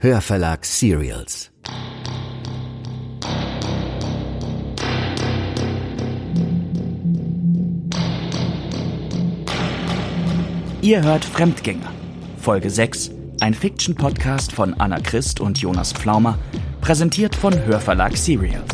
Hörverlag Serials. Ihr hört Fremdgänger, Folge 6, ein Fiction-Podcast von Anna Christ und Jonas Pflaumer, präsentiert von Hörverlag Serials.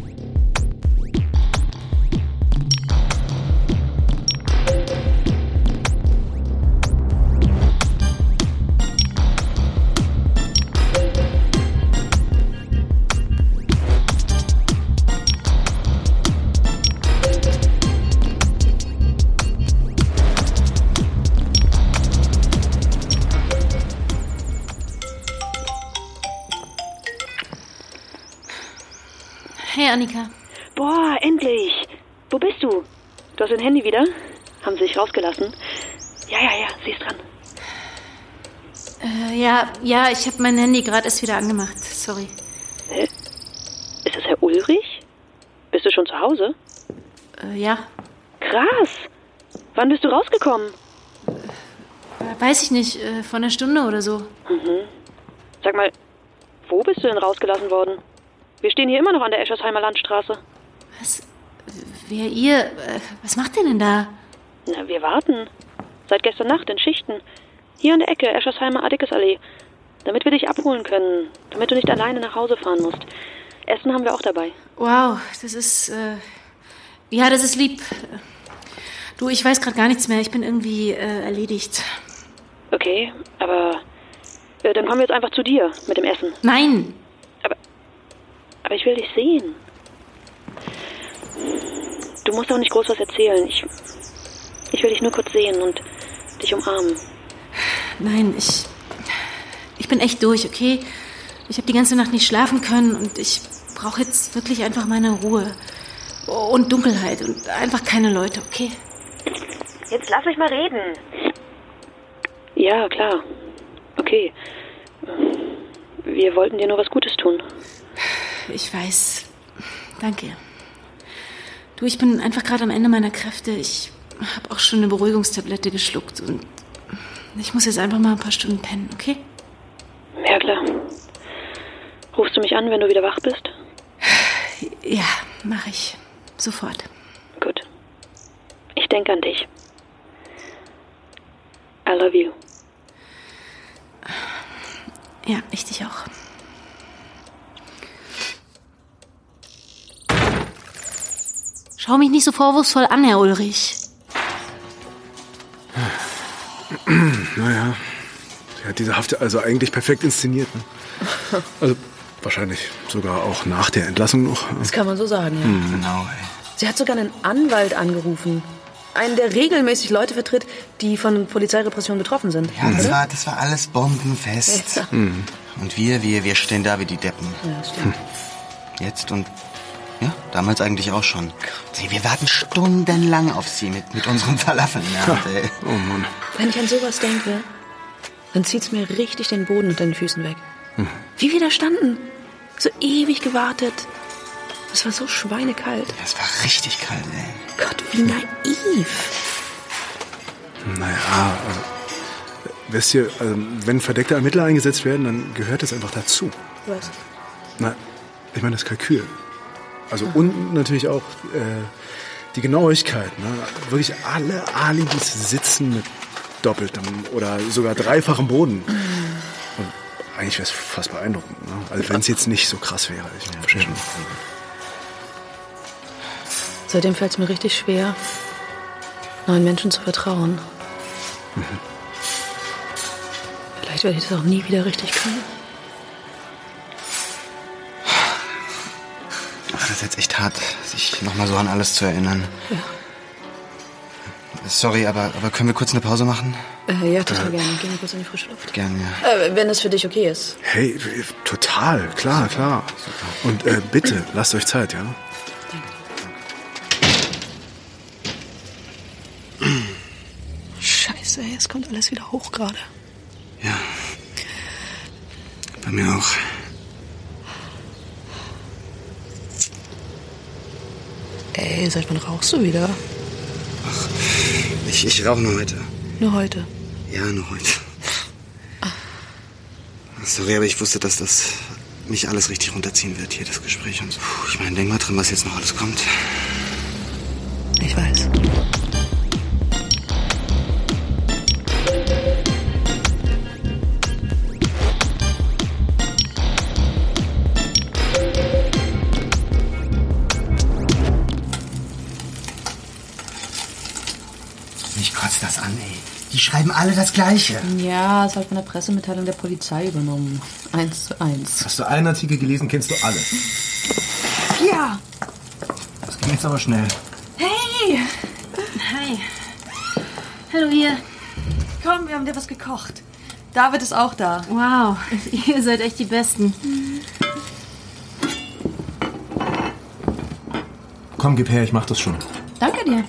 Hey, Annika. Boah, endlich. Wo bist du? Du hast dein Handy wieder? Haben sie dich rausgelassen? Ja, sie ist dran. Ja, ich habe mein Handy gerade erst wieder angemacht. Sorry. Hä? Ist das Herr Ulrich? Bist du schon zu Hause? Ja. Krass. Wann bist du rausgekommen? Weiß ich nicht, vor einer Stunde oder so. Sag mal, wo bist du denn rausgelassen worden? Wir stehen hier immer noch an der Eschersheimer Landstraße. Was? Wer ihr? Was macht ihr denn da? Na, wir warten. Seit gestern Nacht in Schichten. Hier an der Ecke, Eschersheimer Adickes-Allee. Damit wir dich abholen können. Damit du nicht alleine nach Hause fahren musst. Essen haben wir auch dabei. Wow, das ist, das ist lieb. Du, ich weiß gerade gar nichts mehr. Ich bin irgendwie erledigt. Okay, aber dann kommen wir jetzt einfach zu dir mit dem Essen. Nein! Aber ich will dich sehen. Du musst auch nicht groß was erzählen. Ich will dich nur kurz sehen und dich umarmen. Nein, ich bin echt durch, okay? Ich habe die ganze Nacht nicht schlafen können und ich brauche jetzt wirklich einfach meine Ruhe. Und Dunkelheit und einfach keine Leute, okay? Jetzt lass mich mal reden. Ja, klar. Okay. Wir wollten dir nur was Gutes tun. Ich weiß. Danke. Du, ich bin einfach gerade am Ende meiner Kräfte. Ich habe auch schon eine Beruhigungstablette geschluckt und ich muss jetzt einfach mal ein paar Stunden pennen, okay? Ja, klar. Rufst du mich an, wenn du wieder wach bist? Ja, mache ich. Sofort. Gut. Ich denke an dich. I love you. Ja, ich dich auch. Schau mich nicht so vorwurfsvoll an, Herr Ulrich. Naja, sie hat diese Haft also eigentlich perfekt inszeniert. Ne? Also wahrscheinlich sogar auch nach der Entlassung noch. Das kann man so sagen, ja. Genau, ey. Sie hat sogar einen Anwalt angerufen. Einen, der regelmäßig Leute vertritt, die von Polizeirepression betroffen sind. Ja, das war alles bombenfest. Ja. Und wir stehen da wie die Deppen. Ja, stimmt. Jetzt und ja, damals eigentlich auch schon. Wir warten stundenlang auf sie mit unserem Falafeln. Ja, Oh Mann. Wenn ich an sowas denke, dann zieht's mir richtig den Boden unter den Füßen weg. Wie wir da standen. So ewig gewartet. Es war so schweinekalt. Ja, es war richtig kalt, ey. Gott, wie naiv. Naja, also, wisst ihr, also, wenn verdeckte Ermittler eingesetzt werden, dann gehört das einfach dazu. Was? Na, ich meine das Kalkül. Also und natürlich auch die Genauigkeit. Ne? Wirklich alle Alibis sitzen mit doppeltem oder sogar dreifachem Boden. Und eigentlich wäre es fast beeindruckend. Ne? Also wenn es jetzt nicht so krass wäre. Ich verstehe schon. Seitdem fällt es mir richtig schwer, neuen Menschen zu vertrauen. Vielleicht werde ich das auch nie wieder richtig können. Ach, das ist jetzt echt hart, sich nochmal so an alles zu erinnern. Ja. Sorry, aber können wir kurz eine Pause machen? Ja, total gerne. Gehen wir kurz in die frische Luft. Gern, ja. Wenn das für dich okay ist. Hey, total, klar. Und bitte, lasst euch Zeit, ja? Scheiße, ey, es kommt alles wieder hoch gerade. Ja. Bei mir auch. Ey, seit wann rauchst du wieder? Ach, ich rauche nur heute. Nur heute? Ja, nur heute. Sorry, aber ich wusste, dass das mich alles richtig runterziehen wird, hier das Gespräch und so. Ich meine, denk mal dran, was jetzt noch alles kommt. Ich weiß. Mich kotzt das an, ey. Die schreiben alle das Gleiche. Ja, ist halt von der Pressemitteilung der Polizei übernommen. 1:1. Hast du einen Artikel gelesen, kennst du alle. Ja! Das ging jetzt aber schnell. Hey! Hi. Hallo ihr. Komm, wir haben dir was gekocht. David ist auch da. Wow, ihr seid echt die Besten. Komm, gib her, ich mach das schon. Danke dir.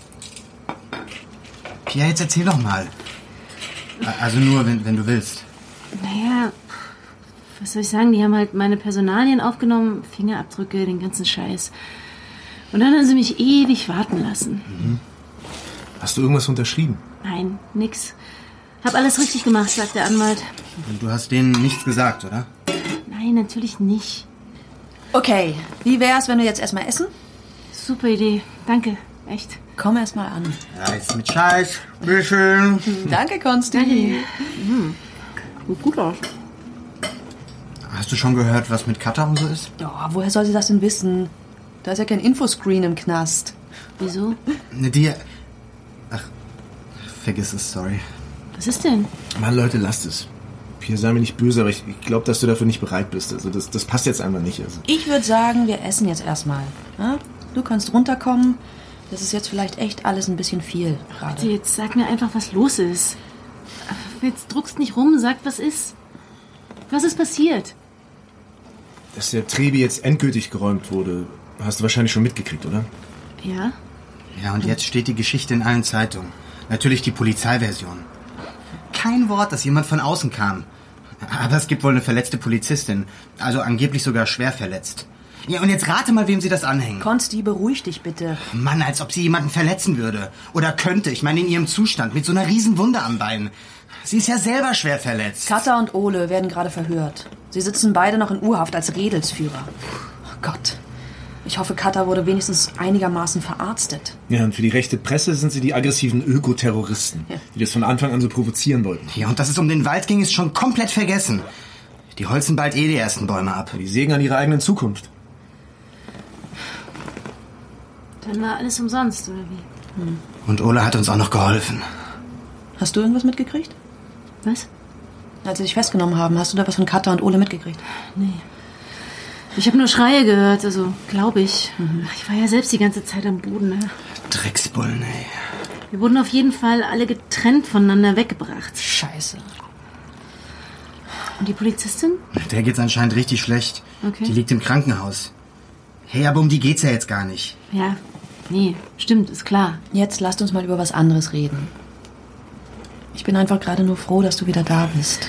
Pia, jetzt erzähl doch mal. Also nur, wenn du willst. Naja, was soll ich sagen? Die haben halt meine Personalien aufgenommen, Fingerabdrücke, den ganzen Scheiß. Und dann haben sie mich ewig warten lassen. Mhm. Hast du irgendwas unterschrieben? Nein, nix. Hab alles richtig gemacht, sagt der Anwalt. Und du hast denen nichts gesagt, oder? Nein, natürlich nicht. Okay, wie wär's, wenn wir jetzt erstmal essen? Super Idee. Danke. Echt. Komm erst mal an. Ja, jetzt mit Scheiß. Bitteschön. Danke, Konsti. Danke. Sieht gut aus. Hast du schon gehört, was mit Katha und so ist? Oh, woher soll sie das denn wissen? Da ist ja kein Infoscreen im Knast. Wieso? Ach, vergiss es, sorry. Was ist denn? Mann, Leute, lasst es. Pia, sei mir nicht böse, aber ich glaube, dass du dafür nicht bereit bist. Also das passt jetzt einfach nicht. Also. Ich würde sagen, wir essen jetzt erstmal. Ja? Du kannst runterkommen. Das ist jetzt vielleicht echt alles ein bisschen viel gerade. Bitte, jetzt sag mir einfach, was los ist. Jetzt druckst nicht rum, sag, was ist. Was ist passiert? Dass der Trebi jetzt endgültig geräumt wurde, hast du wahrscheinlich schon mitgekriegt, oder? Ja? Ja, und jetzt steht die Geschichte in allen Zeitungen. Natürlich die Polizeiversion. Kein Wort, dass jemand von außen kam. Aber es gibt wohl eine verletzte Polizistin. Also angeblich sogar schwer verletzt. Ja, und jetzt rate mal, wem sie das anhängen. Konsti, beruhig dich bitte. Mann, als ob sie jemanden verletzen würde. Oder könnte. Ich meine, in ihrem Zustand. Mit so einer riesen Wunde am Bein. Sie ist ja selber schwer verletzt. Katha und Ole werden gerade verhört. Sie sitzen beide noch in U-Haft als Redelsführer. Oh Gott. Ich hoffe, Katha wurde wenigstens einigermaßen verarztet. Ja, und für die rechte Presse sind sie die aggressiven Ökoterroristen, die das von Anfang an so provozieren wollten. Ja, und dass es um den Wald ging, ist schon komplett vergessen. Die holzen bald die ersten Bäume ab. Die sägen an ihrer eigenen Zukunft. Dann war alles umsonst, oder wie? Und Ole hat uns auch noch geholfen. Hast du irgendwas mitgekriegt? Was? Als sie dich festgenommen haben, hast du da was von Katha und Ole mitgekriegt? Nee. Ich habe nur Schreie gehört, also glaube ich. Ich war ja selbst die ganze Zeit am Boden. Ne? Drecksbullen, ey. Wir wurden auf jeden Fall alle getrennt voneinander weggebracht. Scheiße. Und die Polizistin? Der geht's anscheinend richtig schlecht. Okay. Die liegt im Krankenhaus. Hey, aber um die geht's ja jetzt gar nicht. Ja, nee, stimmt, ist klar. Jetzt lasst uns mal über was anderes reden. Ich bin einfach gerade nur froh, dass du wieder da bist.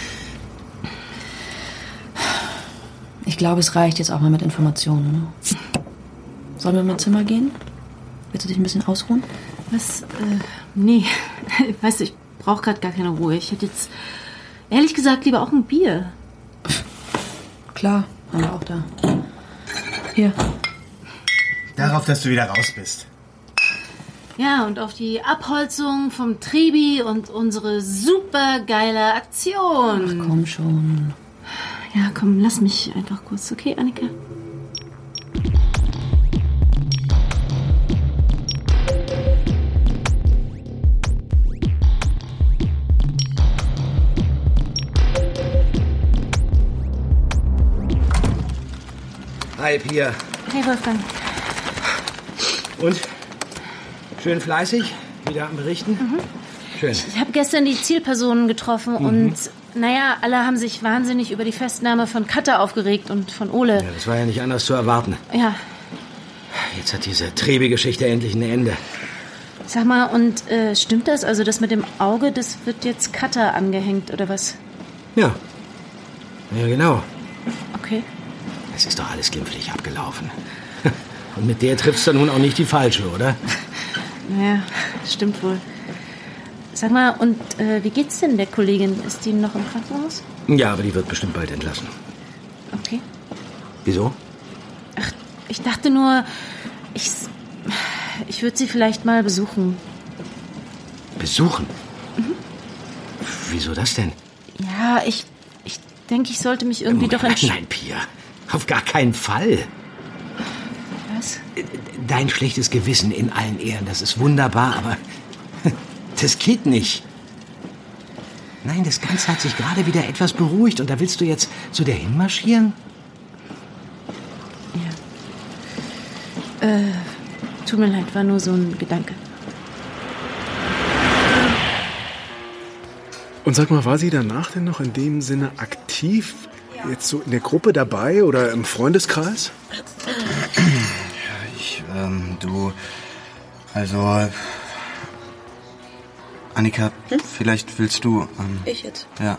Ich glaube, es reicht jetzt auch mal mit Informationen. Ne? Sollen wir in mein Zimmer gehen? Willst du dich ein bisschen ausruhen? Was? Nee. Weißt du, ich brauche gerade gar keine Ruhe. Ich hätte jetzt, ehrlich gesagt, lieber auch ein Bier. Klar, haben wir auch da. Hier. Darauf, dass du wieder raus bist. Ja, und auf die Abholzung vom Trebi und unsere super geile Aktion. Ach, komm schon. Ja, komm, lass mich einfach kurz. Okay, Annika? Hi, Pia. Hey, Wolfgang. Und? Schön fleißig? Wieder am Berichten? Schön. Ich habe gestern die Zielpersonen getroffen und, naja, alle haben sich wahnsinnig über die Festnahme von Katha aufgeregt und von Ole. Ja, das war ja nicht anders zu erwarten. Ja. Jetzt hat diese Trebi-Geschichte endlich ein Ende. Sag mal, und stimmt das? Also das mit dem Auge, das wird jetzt Katha angehängt, oder was? Ja. Ja, genau. Okay. Es ist doch alles glimpflich abgelaufen. Und mit der triffst du nun auch nicht die Falsche, oder? Naja, stimmt wohl. Sag mal, und wie geht's denn der Kollegin? Ist die noch im Krankenhaus? Ja, aber die wird bestimmt bald entlassen. Okay. Wieso? Ach, ich dachte nur, ich würde sie vielleicht mal besuchen. Besuchen? Mhm. Wieso das denn? Ja, ich denke, ich sollte mich irgendwie doch entscheiden. Nein, Pia. Auf gar keinen Fall. Was? Dein schlechtes Gewissen in allen Ehren, das ist wunderbar, aber das geht nicht. Nein, das Ganze hat sich gerade wieder etwas beruhigt und da willst du jetzt zu der hinmarschieren? Ja. Tut mir leid, war nur so ein Gedanke. Und sag mal, war sie danach denn noch in dem Sinne aktiv? Jetzt so in der Gruppe dabei oder im Freundeskreis? Annika, vielleicht willst du... Ich jetzt? Ja.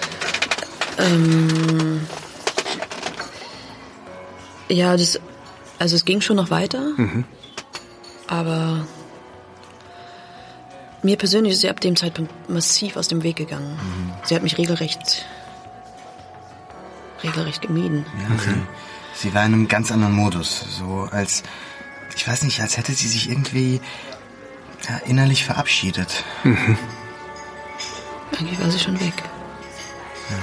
Ja, es ging schon noch weiter. Mhm. Aber mir persönlich ist sie ab dem Zeitpunkt massiv aus dem Weg gegangen. Mhm. Sie hat mich regelrecht gemieden. Ja, okay. Sie war in einem ganz anderen Modus. So als, ich weiß nicht, als hätte sie sich irgendwie innerlich verabschiedet. Mhm. Eigentlich war sie schon weg. Ja.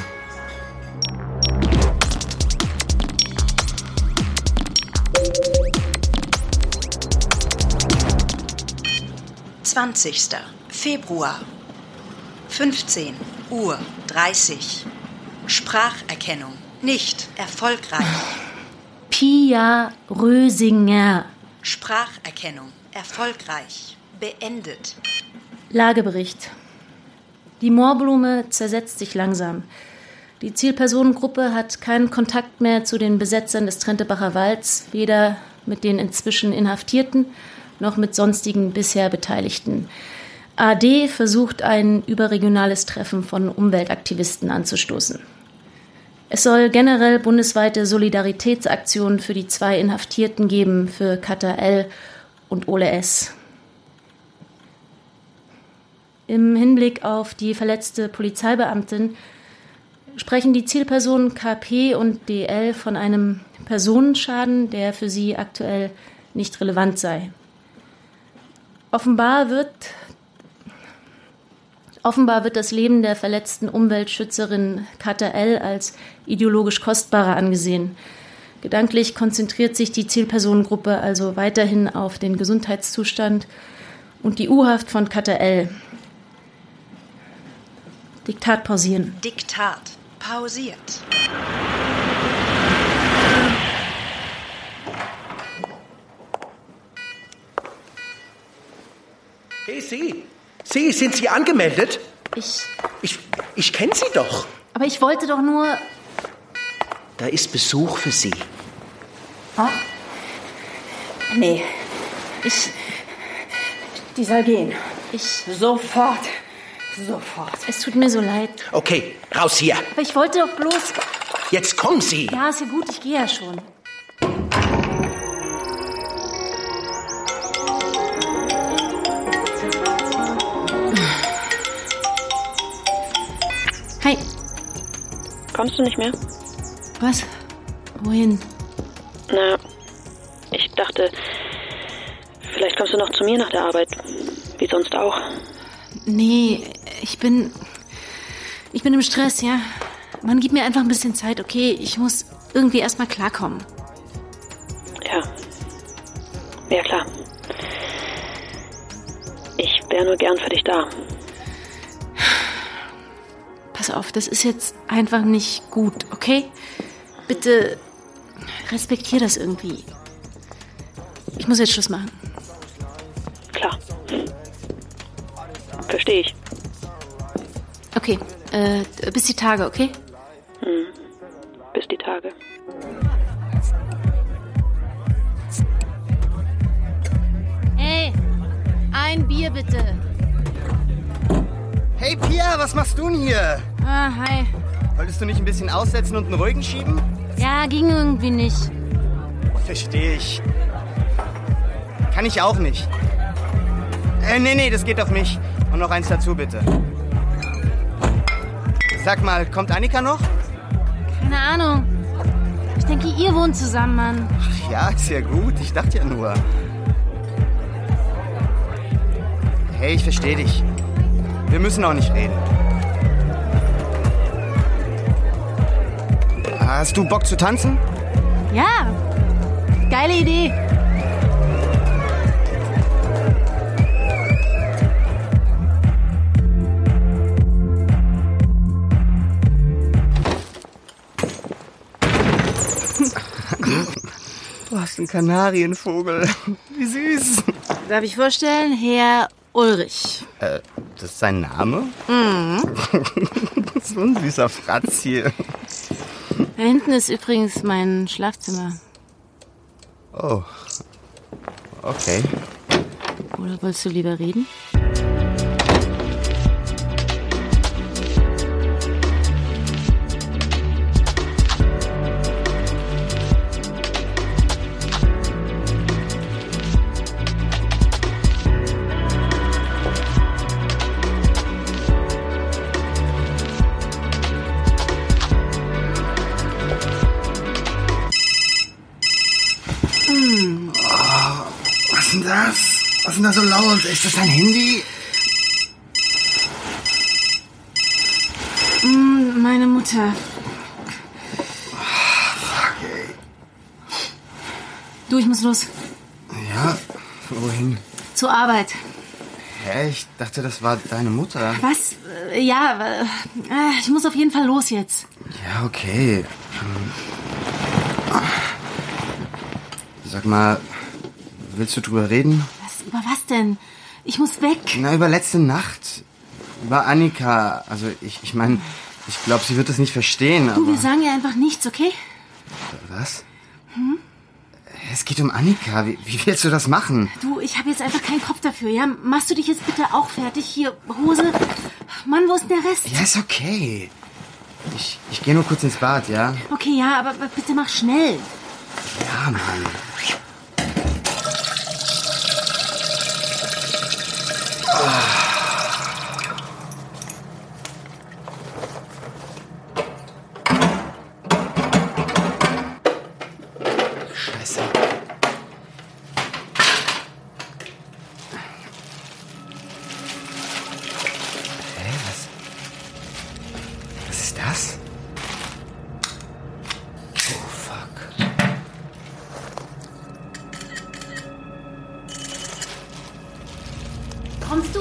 20. Februar, 15:30 Uhr. Spracherkennung nicht erfolgreich. Pia Rösinger. Spracherkennung erfolgreich beendet. Lagebericht. Die Moorblume zersetzt sich langsam. Die Zielpersonengruppe hat keinen Kontakt mehr zu den Besetzern des Trentebacher Walds, weder mit den inzwischen Inhaftierten noch mit sonstigen bisher Beteiligten. AD versucht, ein überregionales Treffen von Umweltaktivisten anzustoßen. Es soll generell bundesweite Solidaritätsaktionen für die 2 Inhaftierten geben, für Katar L. und Ole S. Im Hinblick auf die verletzte Polizeibeamtin sprechen die Zielpersonen KP und DL von einem Personenschaden, der für sie aktuell nicht relevant sei. Offenbar wird das Leben der verletzten Umweltschützerin Katar L. als ideologisch kostbarer angesehen. Gedanklich konzentriert sich die Zielpersonengruppe also weiterhin auf den Gesundheitszustand und die U-Haft von Katar L. Diktat pausieren. Diktat pausiert. Hey, Sie, sind Sie angemeldet? Ich kenne Sie doch. Aber ich wollte doch nur... Da ist Besuch für Sie. Oh? Nee. Die soll gehen. Sofort. Es tut mir so leid. Okay, raus hier. Aber ich wollte doch bloß... Jetzt kommen Sie. Ja, ist ja gut, ich gehe ja schon. Hi. Kommst du nicht mehr? Was? Wohin? Na, ich dachte, vielleicht kommst du noch zu mir nach der Arbeit. Wie sonst auch. Nee, ich bin im Stress, ja. Man gibt mir einfach ein bisschen Zeit, okay? Ich muss irgendwie erstmal klarkommen. Ja, klar. Ich wäre nur gern für dich da. Pass auf, das ist jetzt einfach nicht gut, okay? Bitte respektier das irgendwie. Ich muss jetzt Schluss machen. Klar. Verstehe ich. Okay, bis die Tage, okay? Bis die Tage. Hey, ein Bier bitte. Hey Pia, was machst du denn hier? Ah, hi. Wolltest du nicht ein bisschen aussetzen und einen ruhigen schieben? Ja, ging irgendwie nicht. Verstehe ich. Kann ich auch nicht. Nee, das geht auf mich. Und noch eins dazu, bitte. Sag mal, kommt Annika noch? Keine Ahnung. Ich denke, ihr wohnt zusammen, Mann. Ach ja, ist ja gut. Ich dachte ja nur. Hey, ich verstehe dich. Wir müssen auch nicht reden. Hast du Bock zu tanzen? Ja, geile Idee. Du hast einen Kanarienvogel. Wie süß. Darf ich vorstellen, Herr Ulrich. Das ist sein Name? So ein süßer Fratz hier. Da hinten ist übrigens mein Schlafzimmer. Oh. Okay. Oder wolltest du lieber reden? Was ist denn das? Was ist denn da so laut? Ist das dein Handy? Meine Mutter. Fuck, ey. Du, ich muss los. Ja, wohin? Zur Arbeit. Hä? Ich dachte, das war deine Mutter. Was? Ja, ich muss auf jeden Fall los jetzt. Ja, okay. Sag mal, willst du drüber reden? Über was denn? Ich muss weg. Na, über letzte Nacht. Über Annika. Also, ich meine, ich glaube, sie wird das nicht verstehen, aber... Du, wir sagen ihr einfach nichts, okay? Was? Es geht um Annika. Wie willst du das machen? Du, ich habe jetzt einfach keinen Kopf dafür, ja? Machst du dich jetzt bitte auch fertig? Hier, Hose. Mann, wo ist denn der Rest? Ja, ist okay. Ich gehe nur kurz ins Bad, ja? Okay, ja, aber bitte mach schnell. Ja, Mann. Scheiße. Hä, was ist das? Oh, fuck. Kommst du?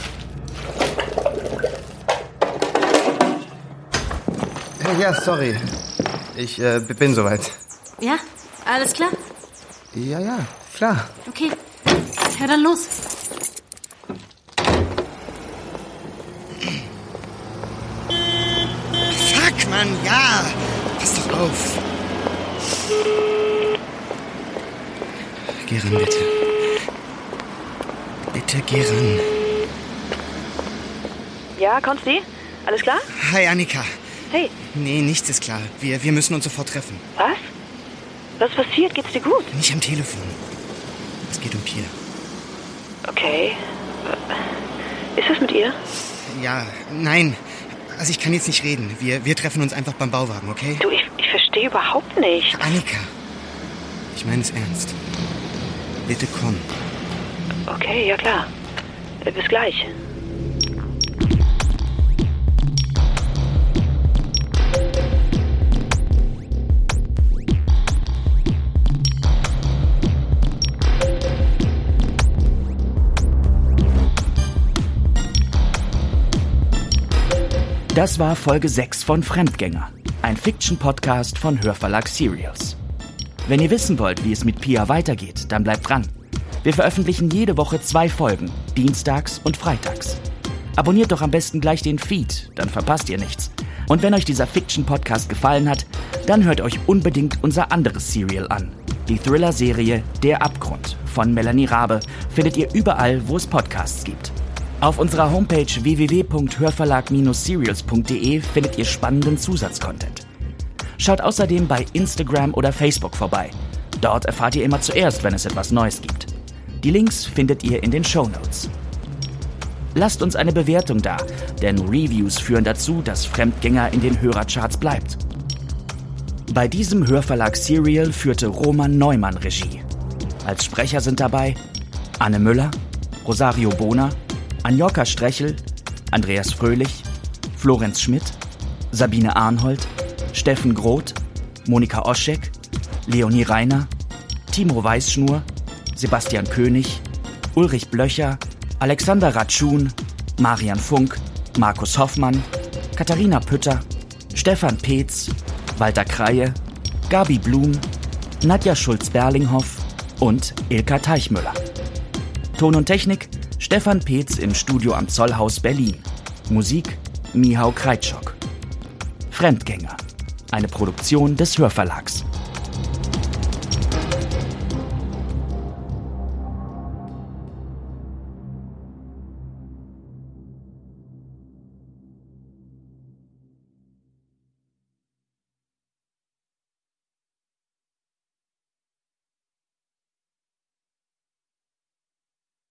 Ja, sorry. Ich bin soweit. Ja? Alles klar? Ja, klar. Okay. Ja, dann los. Fuck, Mann, ja. Pass doch auf. Geh ran, bitte. Bitte geh ran. Ja, Konsti? Alles klar? Hi, Annika. Hey. Nee, nichts ist klar. Wir müssen uns sofort treffen. Was? Was ist passiert? Geht's dir gut? Nicht am Telefon. Es geht um Pia. Okay. Ist was mit ihr? Ja, nein. Also ich kann jetzt nicht reden. Wir treffen uns einfach beim Bauwagen, okay? Du, ich verstehe überhaupt nicht. Annika, ich meine es ernst. Bitte komm. Okay, ja klar. Bis gleich. Das war Folge 6 von Fremdgänger, ein Fiction-Podcast von Hörverlag Serials. Wenn ihr wissen wollt, wie es mit Pia weitergeht, dann bleibt dran. Wir veröffentlichen jede Woche 2 Folgen, dienstags und freitags. Abonniert doch am besten gleich den Feed, dann verpasst ihr nichts. Und wenn euch dieser Fiction-Podcast gefallen hat, dann hört euch unbedingt unser anderes Serial an. Die Thriller-Serie Der Abgrund von Melanie Rabe findet ihr überall, wo es Podcasts gibt. Auf unserer Homepage www.hörverlag-serials.de findet ihr spannenden Zusatzcontent. Schaut außerdem bei Instagram oder Facebook vorbei. Dort erfahrt ihr immer zuerst, wenn es etwas Neues gibt. Die Links findet ihr in den Shownotes. Lasst uns eine Bewertung da, denn Reviews führen dazu, dass Fremdgänger in den Hörercharts bleibt. Bei diesem Hörverlag Serial führte Roman Neumann Regie. Als Sprecher sind dabei Anne Müller, Rosario Bona, Anjorka Strechel, Andreas Fröhlich, Florenz Schmidt, Sabine Arnhold, Steffen Groth, Monika Oschek, Leonie Reiner, Timo Weißschnur, Sebastian König, Ulrich Blöcher, Alexander Ratschun, Marian Funk, Markus Hoffmann, Katharina Pütter, Stefan Peetz, Walter Kreie, Gabi Blum, Nadja Schulz-Berlinghoff und Ilka Teichmüller. Ton und Technik Stefan Peetz im Studio am Zollhaus Berlin. Musik Mihau Kreitschok. Fremdgänger, eine Produktion des Hörverlags.